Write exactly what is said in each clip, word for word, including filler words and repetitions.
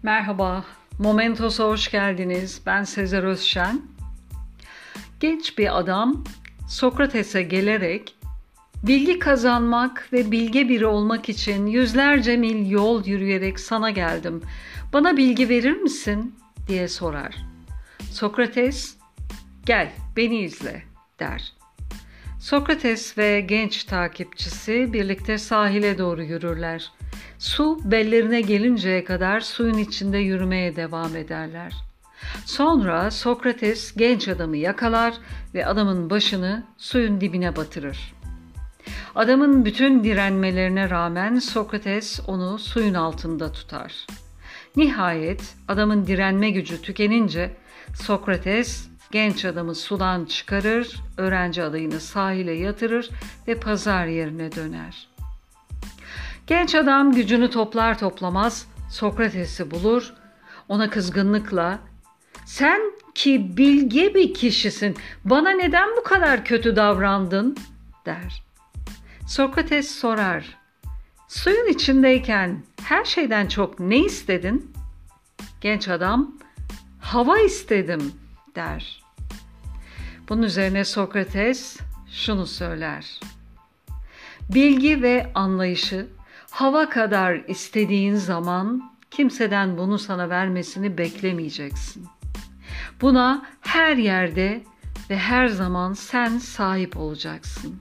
Merhaba, Momentos'a hoş geldiniz. Ben Sezer Özşen. Genç bir adam Sokrates'e gelerek bilgi kazanmak ve bilge biri olmak için yüzlerce mil yol yürüyerek sana geldim. Bana bilgi verir misin diye sorar. Sokrates, gel beni izle der. Sokrates ve genç takipçisi birlikte sahile doğru yürürler. Su bellerine gelinceye kadar suyun içinde yürümeye devam ederler. Sonra Sokrates genç adamı yakalar ve adamın başını suyun dibine batırır. Adamın bütün direnmelerine rağmen Sokrates onu suyun altında tutar. Nihayet adamın direnme gücü tükenince Sokrates genç adamı sudan çıkarır, öğrenci adayını sahile yatırır ve pazar yerine döner. Genç adam gücünü toplar toplamaz Sokrates'i bulur, ona kızgınlıkla "Sen ki bilge bir kişisin, bana neden bu kadar kötü davrandın?" der. Sokrates sorar, "Suyun içindeyken her şeyden çok ne istedin?" Genç adam, "Hava istedim." der. Bunun üzerine Sokrates şunu söyler: "Bilgi ve anlayışı hava kadar istediğin zaman kimseden bunu sana vermesini beklemeyeceksin. Buna her yerde ve her zaman sen sahip olacaksın."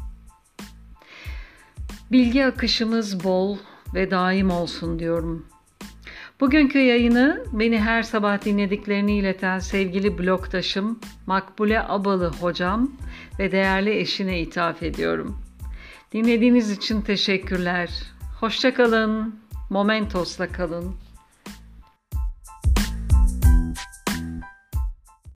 Bilgi akışımız bol ve daim olsun diyorum. Bugünkü yayını beni her sabah dinlediklerini ileten sevgili blogdaşım Makbule Abalı hocam ve değerli eşine ithaf ediyorum. Dinlediğiniz için teşekkürler. Hoşça kalın. Momentos'la kalın.